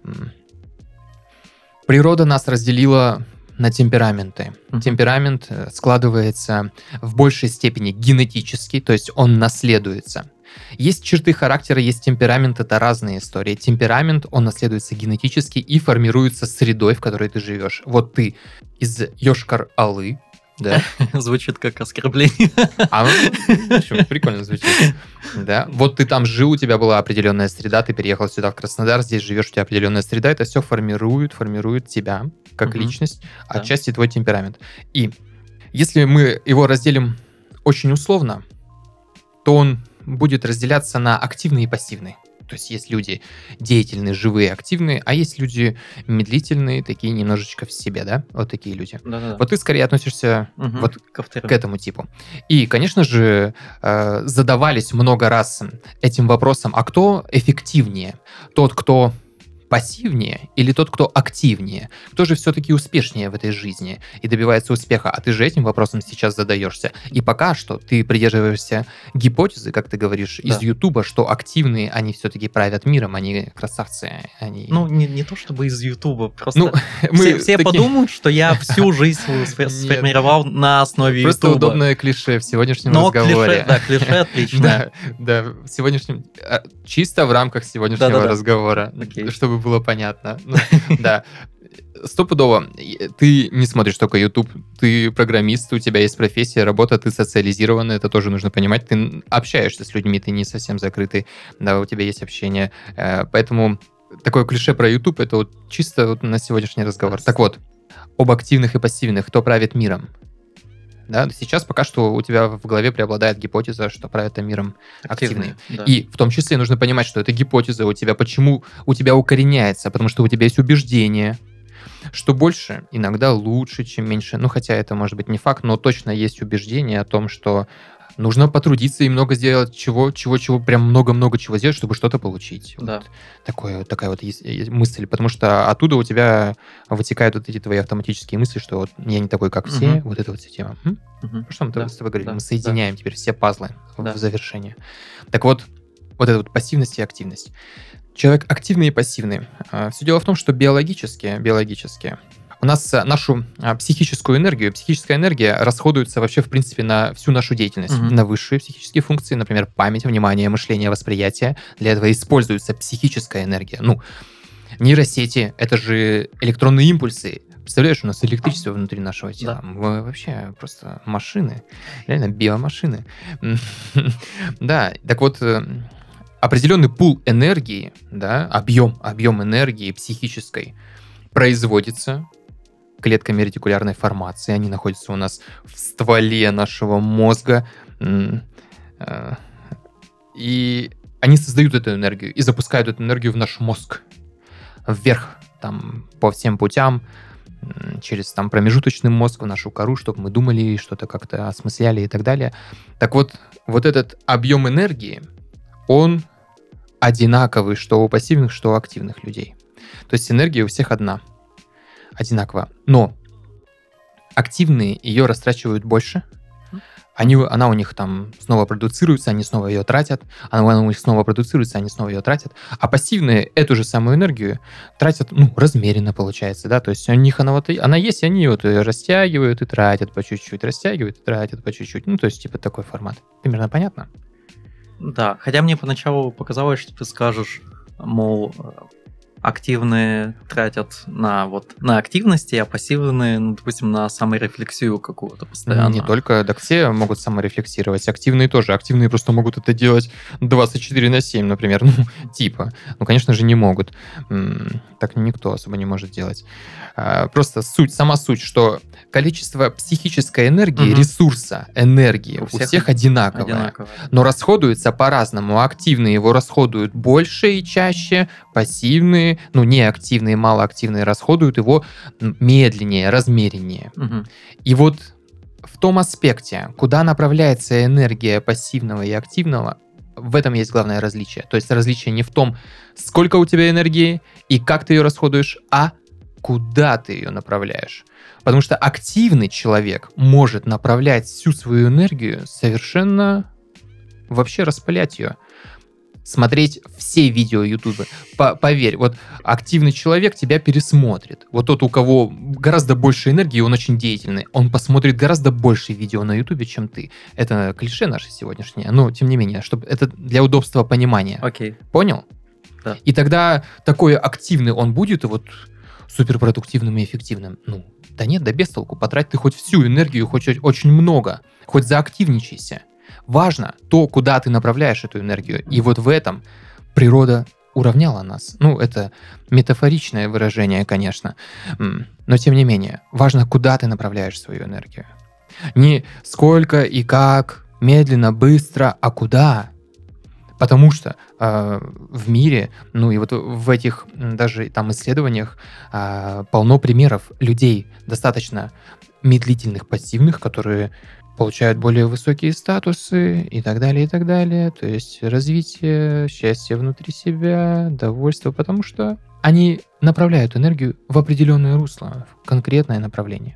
Природа нас разделила на темпераменты. Uh-huh. Темперамент складывается в большей степени генетически, то есть он наследуется. Есть черты характера, есть темперамент, это разные истории. Темперамент, он наследуется генетически и формируется средой, в которой ты живешь. Вот ты из Йошкар-Олы, да? Звучит как оскорбление. А, ну, прикольно звучит. Да. Вот ты там жил, у тебя была определенная среда, ты переехал сюда, в Краснодар, здесь живешь, у тебя определенная среда, это все формирует, формирует тебя как угу. личность, да. отчасти твой темперамент. И если мы его разделим очень условно, то он будет разделяться на активный и пассивный. То есть есть люди деятельные, живые, активные, а есть люди медлительные, такие немножечко в себе, да? Вот такие люди. Да-да-да. Вот ты скорее относишься Мгм. вот Ко вторым. к этому типу. И, конечно же, э, задавались много раз этим вопросом, а кто эффективнее? Тот, кто пассивнее или тот, кто активнее? Кто же все-таки успешнее в этой жизни и добивается успеха? А ты же этим вопросом сейчас задаешься. И пока что ты придерживаешься гипотезы, как ты говоришь, из Да. Ютуба, что активные, они все-таки правят миром, они красавцы. Они... Ну, не, не то чтобы из Ютуба, просто Ну, все, мы все такие- подумают, что я всю жизнь свою сфе- Нет. сформировал на основе Просто Ютуба. удобное клише в сегодняшнем Но разговоре. клише, да, клише отлично. Да, да, в сегодняшнем... а, Чисто в рамках сегодняшнего Да-да-да. разговора, Окей. чтобы было понятно. Ну, да. Стопудово, и- ты не смотришь только YouTube, ты программист, у тебя есть профессия, работа, ты социализированный, это тоже нужно понимать. Ты н- общаешься с людьми, ты не совсем закрытый, да, у тебя есть общение. Э, Поэтому такое клише про YouTube, это вот чисто вот на сегодняшний разговор. Да. Так вот, об активных и пассивных, кто правит миром? Да, сейчас пока что у тебя в голове преобладает гипотеза, что правят миром активные. Да. И в том числе нужно понимать, что эта гипотеза у тебя почему у тебя укореняется, потому что у тебя есть убеждение, что больше иногда лучше, чем меньше. Ну, хотя это может быть не факт, но точно есть убеждение о том, что нужно потрудиться и много сделать чего, чего, чего, прям много-много чего сделать, чтобы что-то получить. Да. Вот такое, такая вот есть, есть мысль, потому что оттуда у тебя вытекают вот эти твои автоматические мысли, что вот я не такой, как все, Мгм. вот эта вот вся тема. М? Мгм. Что мы Да, с тобой говорили? да, Мы соединяем теперь все пазлы в- Да. в завершение. Так вот, вот эта вот пассивность и активность. Человек активный и пассивный. Все дело в том, что биологически, биологически у нас а, нашу а, психическую энергию, психическая энергия расходуется вообще, в принципе, на всю нашу деятельность, Мгм. на высшие психические функции, например, память, внимание, мышление, восприятие. Для этого используется психическая энергия. Ну, нейросети — это же электронные импульсы. Представляешь, у нас электричество внутри нашего тела. Да. Мы вообще просто машины. Реально биомашины. Да, так вот, э, определенный пул энергии, да, объем, объем энергии психической производится клетками ретикулярной формации. Они находятся у нас в стволе нашего мозга. М, э, И они создают эту энергию и запускают эту энергию в наш мозг. Вверх, там, по всем путям, м, через там промежуточный мозг в нашу кору, чтобы мы думали, что-то как-то осмысляли и так далее. Так вот, вот этот объем энергии, он одинаковый, что у пассивных, что у активных людей. То есть энергия у всех одна, одинакова. Но активные ее растрачивают больше, они, она у них там снова продуцируется, они снова ее тратят, она у них снова продуцируется, они снова ее тратят. А пассивные эту же самую энергию тратят, ну, размеренно получается, да, то есть у них она вот, и- она есть, и они вот ее растягивают и тратят по чуть-чуть, растягивают и тратят по чуть-чуть. Ну, то есть, типа, такой формат. Примерно понятно? Да, хотя мне поначалу показалось, что ты скажешь, мол, э, активные тратят на вот на активности, а пассивные, ну, допустим, на саморефлексию какую-то постоянно. Не только, так все могут саморефлексировать. Активные тоже. Активные просто могут это делать двадцать четыре на семь, например. Ну, типа. Ну, конечно же, не могут. М, Так никто особо не может делать. А, Просто суть, сама суть, что количество психической энергии, Мгм. ресурса, энергии У у всех всех, одинаковое. Одинаково. Но расходуется по-разному. Активные его расходуют больше и чаще, пассивные, ну, неактивные, малоактивные расходуют его м, медленнее, размереннее. Мгм. И вот в том аспекте, куда направляется энергия пассивного и активного, в этом есть главное различие. То есть различие не в том, сколько у тебя энергии и как ты ее расходуешь, а куда ты ее направляешь. Потому что активный человек может направлять всю свою энергию совершенно вообще распылять ее. Смотреть все видео Ютуба. По- Поверь, вот активный человек тебя пересмотрит. Вот тот, у кого гораздо больше энергии, он очень деятельный. Он посмотрит гораздо больше видео на Ютубе, чем ты. Это клише наше сегодняшнее. Но, тем не менее, чтобы это для удобства понимания. Окей. Понял? Да. И тогда такой активный он будет, и вот суперпродуктивным и эффективным. Ну, да нет, да без толку. Потрать ты хоть всю энергию, хоть о- очень много. Хоть заактивничайся. Важно то, куда ты направляешь эту энергию. И вот в этом природа уравняла нас. Ну, это метафоричное выражение, конечно. М, Но, тем не менее, важно, куда ты направляешь свою энергию. Не сколько и как медленно, быстро, а куда? Потому что э, в мире, ну и вот в этих м, даже там исследованиях э, полно примеров людей достаточно медлительных, пассивных, которые получают более высокие статусы и так далее, и так далее. То есть развитие, счастье внутри себя, довольство, потому что они направляют энергию в определенное русло, в конкретное направление.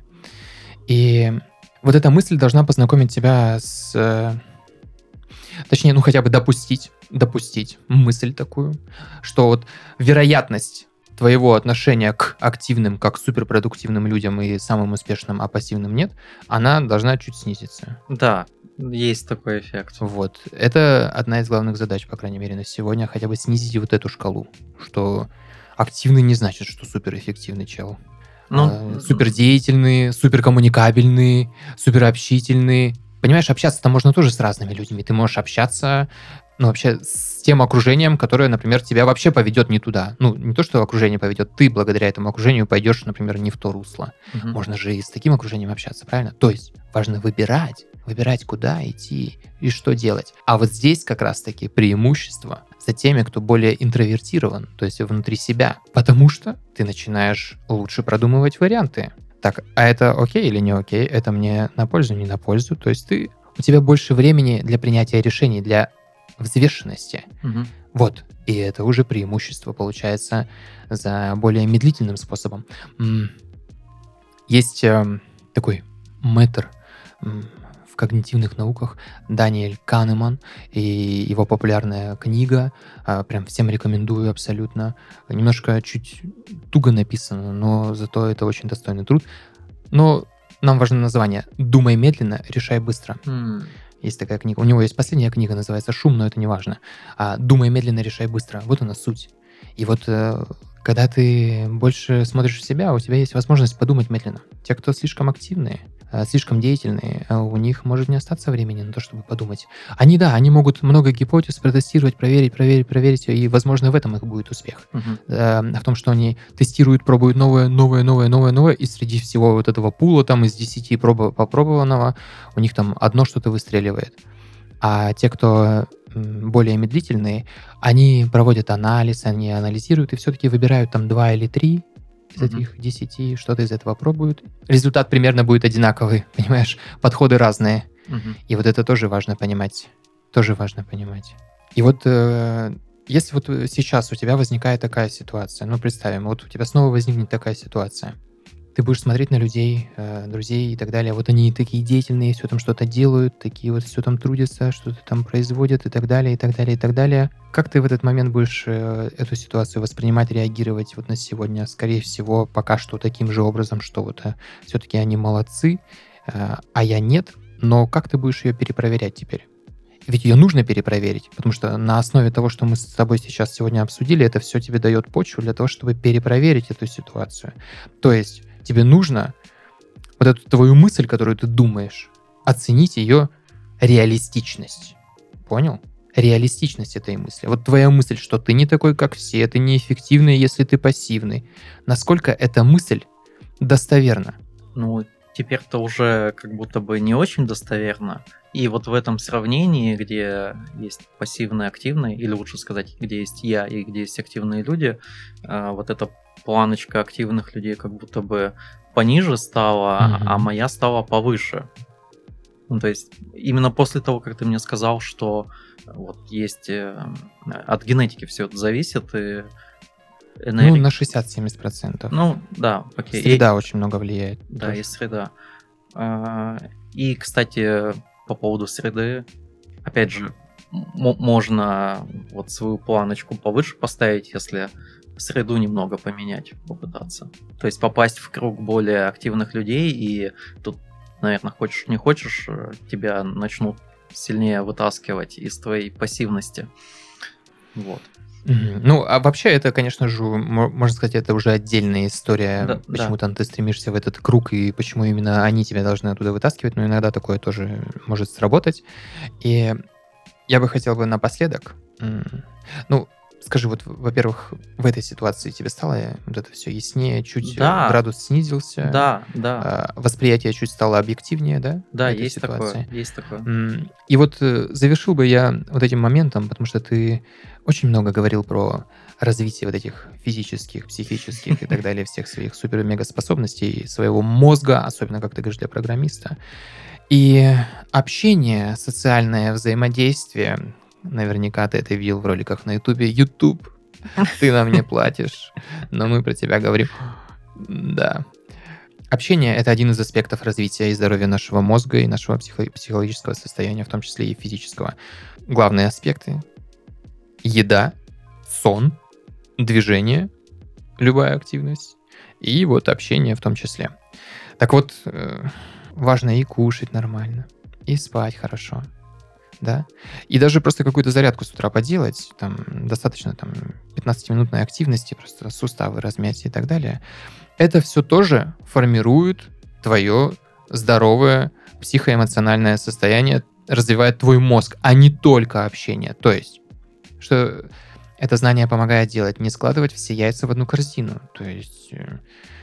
И вот эта мысль должна познакомить тебя с... э, Точнее, ну хотя бы допустить, допустить мысль такую, что вот вероятность твоего отношения к активным, как суперпродуктивным людям и самым успешным, а пассивным нет, она должна чуть снизиться. Да, есть такой эффект. Вот. Это одна из главных задач, по крайней мере, на сегодня, хотя бы снизить вот эту шкалу, что активный не значит, что суперэффективный чел. Ну, А, супердеятельный, суперкоммуникабельный, суперобщительный. Понимаешь, общаться-то можно тоже с разными людьми. Ты можешь общаться, ну, вообще с тем окружением, которое, например, тебя вообще поведет не туда. Ну, не то, что окружение поведет, ты благодаря этому окружению пойдешь, например, не в то русло. мгм. Можно же и с таким окружением общаться, правильно? То есть важно выбирать, выбирать, куда идти и что делать. А вот здесь как раз-таки преимущество за теми, кто более интровертирован, то есть внутри себя. Потому что ты начинаешь лучше продумывать варианты. Так, а это окей или не окей? Это мне на пользу, не на пользу? То есть ты, у тебя больше времени для принятия решений, для взвешенности. Мгм. Вот. И это уже преимущество получается за более медлительным способом. М, Есть эм, такой мэтр м, в когнитивных науках Даниэль Канеман и его популярная книга. а, Прям всем рекомендую абсолютно. Немножко чуть туго написано, но зато это очень достойный труд. Но нам важно название. «Думай медленно, решай быстро». М, Есть такая книга. У него есть последняя книга, называется «Шум», но это не важно. А «Думай медленно, решай быстро». Вот она суть. И вот э, когда ты больше смотришь в себя, у тебя есть возможность подумать медленно. Те, кто слишком активные, э, слишком деятельные, э, у них может не остаться времени на то, чтобы подумать. Они, да, они могут много гипотез протестировать, проверить, проверить, проверить, и, возможно, в этом их будет успех. мгм. Э, в том, что они тестируют, пробуют новое, новое, новое, новое, новое, и среди всего вот этого пула, там, из десяти пробо- попробованного, у них там одно что-то выстреливает. А те, кто м, более медлительные, они проводят анализ, они анализируют и все-таки выбирают там два или три из Мгм. этих десяти, что-то из этого пробуют. Результат примерно будет одинаковый, понимаешь? Подходы разные. Мгм. И вот это тоже важно понимать. Тоже важно понимать. И вот э, если вот э, сейчас у тебя возникает такая ситуация, ну представим, вот у тебя снова возникнет такая ситуация, ты будешь смотреть на людей, э, друзей и так далее. Вот они такие деятельные, все там что-то делают, такие вот все там трудятся, что-то там производят и так далее, и так далее, и так далее. Как ты в этот момент будешь э, эту ситуацию воспринимать, реагировать вот на сегодня? Скорее всего, пока что таким же образом, что вот все-таки они молодцы, э, а я нет. Но как ты будешь ее перепроверять теперь? Ведь ее нужно перепроверить, потому что на основе того, что мы с тобой сейчас сегодня обсудили, это все тебе дает почву для того, чтобы перепроверить эту ситуацию. То есть тебе нужно вот эту твою мысль, которую ты думаешь, оценить ее реалистичность. Понял? Реалистичность этой мысли. Вот твоя мысль, что ты не такой, как все, ты неэффективный, если ты пассивный. Насколько эта мысль достоверна? Ну, теперь-то уже как будто бы не очень достоверно. И вот в этом сравнении, где есть пассивные, активные, или лучше сказать, где есть я и где есть активные люди, а, вот эта планочка активных людей как будто бы пониже стала, а Мгм. моя стала повыше. Ну, то есть именно после того, как ты мне сказал, что вот есть э, от генетики все это зависит, и Ну, энергия. на шестьдесят-семьдесят процентов. Ну, да, окей. И- Среда очень много влияет. Да, тоже. и среда. А, И, кстати, по поводу среды, опять же, м- можно вот свою планочку повыше поставить, если среду немного поменять, попытаться. То есть попасть в круг более активных людей, и тут, наверное, хочешь не хочешь, э, тебя начнут сильнее вытаскивать из твоей пассивности. Вот. Мгм. Ну, а вообще это, конечно же, мо- можно сказать, это уже отдельная история, Да, почему да. там ты стремишься в этот круг и почему именно они тебя должны оттуда вытаскивать, но иногда такое тоже может сработать. И я бы хотел бы напоследок, м, ну, Скажи, вот, во-первых, в этой ситуации тебе стало вот это все яснее, чуть э, Да, градус снизился, да, да, а, восприятие чуть стало объективнее, да, в да, этой есть такое, ситуации? есть такое. М, И вот э, завершил бы я вот этим моментом, потому что ты очень много говорил про развитие вот этих физических, психических и так далее, всех своих супер-мега способностей, своего мозга, особенно, как ты говоришь, для программиста. И общение, социальное взаимодействие, наверняка ты это видел в роликах на Ютубе. Ютуб, ты нам не платишь, но мы про тебя говорим. Да. Общение– это один из аспектов развития и здоровья нашего мозга и нашего психо- психологического состояния, в том числе и физического. Главные аспекты– еда, сон, движение, любая активность, и вот общение в том числе. Так вот, э, важно и кушать нормально, и спать хорошо, да. И даже просто какую-то зарядку с утра поделать, там достаточно там пятнадцатиминутной активности, просто суставы размять и так далее. Это все тоже формирует твое здоровое психоэмоциональное состояние, развивает твой мозг, а не только общение. То есть, что это знание помогает делать, не складывать все яйца в одну корзину, то есть э,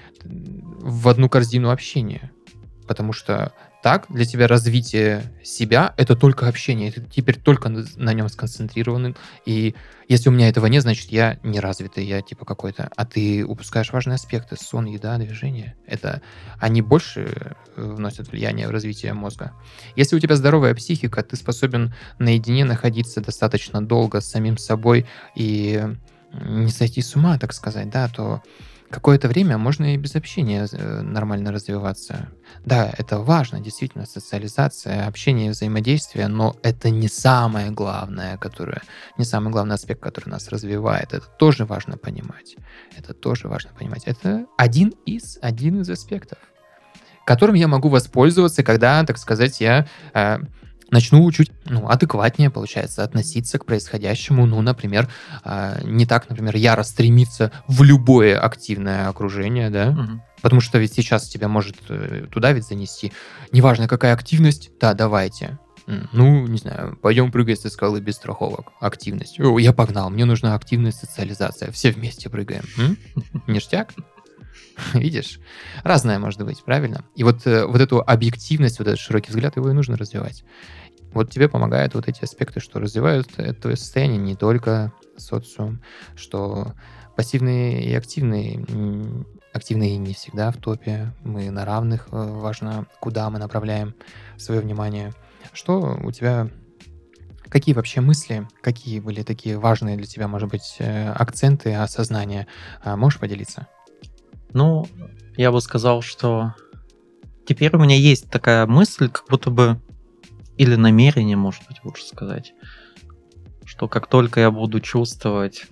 в одну корзину общения. Потому что так для тебя развитие себя– это только общение. Ты теперь только на, на нем сконцентрирован. И если у меня этого нет, значит, я не развитый, я типа какой-то. А ты упускаешь важные аспекты. Сон, еда, движение. Это они больше э, вносят влияние в развитие мозга. Если у тебя здоровая психика, ты способен наедине находиться достаточно долго с самим собой и не сойти с ума, так сказать, да, то какое-то время можно и без общения э, нормально развиваться. Да, это важно, действительно, социализация, общение, взаимодействие, но это не самое главное, которое, не самый главный аспект, который нас развивает. Это тоже важно понимать. Это тоже важно понимать. Это один из, один из аспектов, которым я могу воспользоваться, когда, так сказать, я э, начну чуть ну, адекватнее, получается, относиться к происходящему. Ну, например, э, не так, например, яро стремиться в любое активное окружение, да, Мгм. потому что ведь сейчас тебя может э, туда ведь занести. Неважно, какая активность, да, давайте. М, Ну, не знаю, пойдем прыгать со скалы без страховок. Активность. О, я погнал, мне нужна активная социализация. Все вместе прыгаем. М? Ништяк? Видишь? Разное может быть, правильно? И вот, э, вот эту объективность, вот этот широкий взгляд, его и нужно развивать. Вот тебе помогают вот эти аспекты, что развивают э, твое состояние не только социум, что пассивные и активные, м, активные не всегда в топе, мы на равных, э, важно, куда мы направляем свое внимание. Что у тебя, какие вообще мысли, какие были такие важные для тебя, может быть, э, акценты, осознания? А, Можешь поделиться? Ну, я бы сказал, что теперь у меня есть такая мысль, как будто бы, или намерение, может быть, лучше сказать, что как только я буду чувствовать,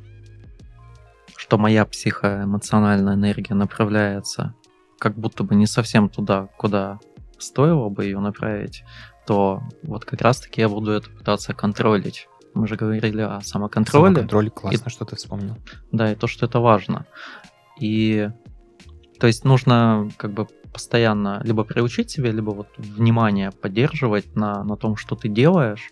что моя психоэмоциональная энергия направляется как будто бы не совсем туда, куда стоило бы ее направить, то вот как раз-таки я буду это пытаться контролить. Мы же говорили о самоконтроле. Самоконтроль, И, классно, что ты вспомнил. да, и то, что это важно. И то есть нужно как бы постоянно либо приучить себя, либо вот внимание поддерживать на, на том, что ты делаешь,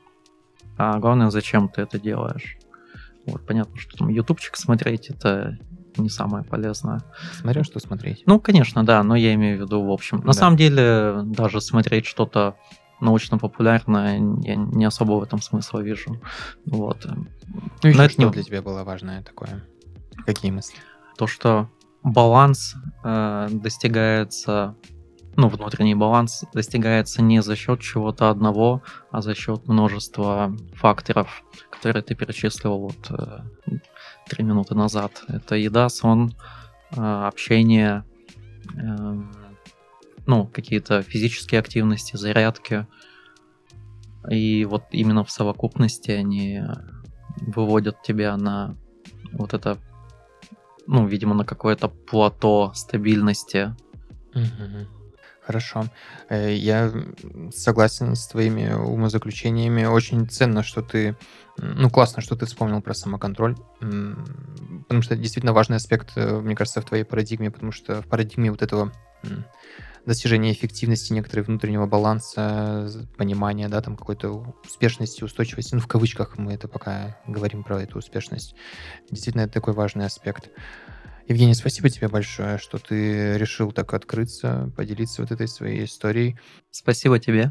а главное, зачем ты это делаешь. Вот, понятно, что там ютубчик смотреть, это не самое полезное. Смотря что смотреть. Ну, конечно, да, но я имею в виду в общем. На Да. самом деле, даже смотреть что-то научно-популярное, я не особо в этом смысла вижу. Вот. Ну, Но еще это что не- для тебя было важное такое? Какие мысли? То, что баланс э, достигается, ну, внутренний баланс достигается не за счет чего-то одного, а за счет множества факторов, которые ты перечислил вот э, три минуты назад. Это еда, сон, э, общение, э, ну, какие-то физические активности, зарядки. И вот именно в совокупности они выводят тебя на вот это, ну, видимо, на какое-то плато стабильности. Мгм. Хорошо. Э, Я м, согласен с твоими умозаключениями. Очень ценно, что ты... м, Ну, классно, что ты вспомнил про самоконтроль. м, Потому что это действительно важный аспект, э, мне кажется, в твоей парадигме, потому что в парадигме вот этого м, достижения эффективности, некоторого внутреннего баланса, з- понимания, да, там какой-то успешности, устойчивости. Ну, в кавычках мы это пока говорим про эту успешность. Действительно, это такой важный аспект. Евгений, спасибо тебе большое, что ты решил так открыться, поделиться вот этой своей историей. Спасибо тебе.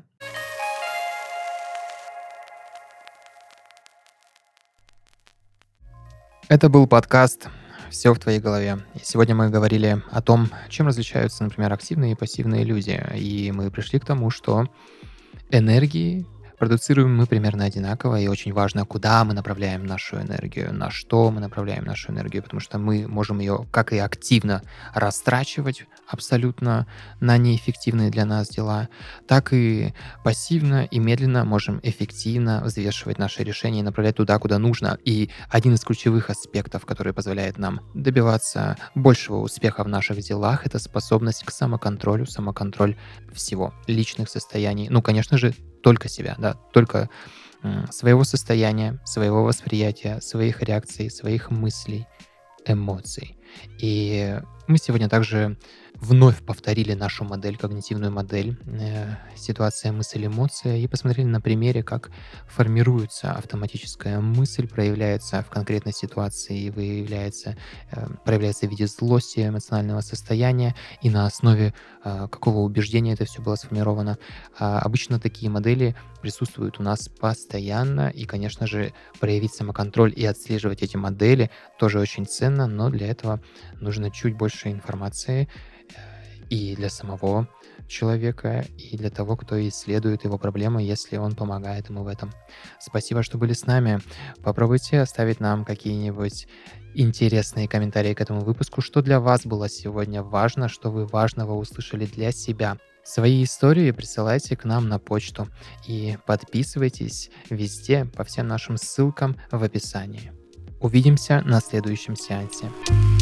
Это был подкаст «Все в твоей голове». И сегодня мы говорили о том, чем различаются, например, активные и пассивные люди. И мы пришли к тому, что энергии продуцируем мы примерно одинаково, и очень важно, куда мы направляем нашу энергию, на что мы направляем нашу энергию, потому что мы можем ее как и активно растрачивать абсолютно на неэффективные для нас дела, так и пассивно и медленно можем эффективно взвешивать наши решения и направлять туда, куда нужно. И один из ключевых аспектов, который позволяет нам добиваться большего успеха в наших делах, это способность к самоконтролю, самоконтроль всего, личных состояний. Ну, конечно же, только себя, да, только м, своего состояния, своего восприятия, своих реакций, своих мыслей, эмоций. И мы сегодня также вновь повторили нашу модель, когнитивную модель, э, ситуация, мысль, эмоция, и посмотрели на примере, как формируется автоматическая мысль, проявляется в конкретной ситуации, выявляется, э, проявляется в виде злости, эмоционального состояния, и на основе э, какого убеждения это все было сформировано. А обычно такие модели присутствуют у нас постоянно, и, конечно же, проявить самоконтроль и отслеживать эти модели тоже очень ценно, но для этого нужно чуть больше информации э, и для самого человека, и для того, кто исследует его проблемы, если он помогает ему в этом. Спасибо, что были с нами. Попробуйте оставить нам какие-нибудь интересные комментарии к этому выпуску, что для вас было сегодня важно, что вы важного услышали для себя. Свои истории присылайте к нам на почту и подписывайтесь везде по всем нашим ссылкам в описании. Увидимся на следующем сеансе.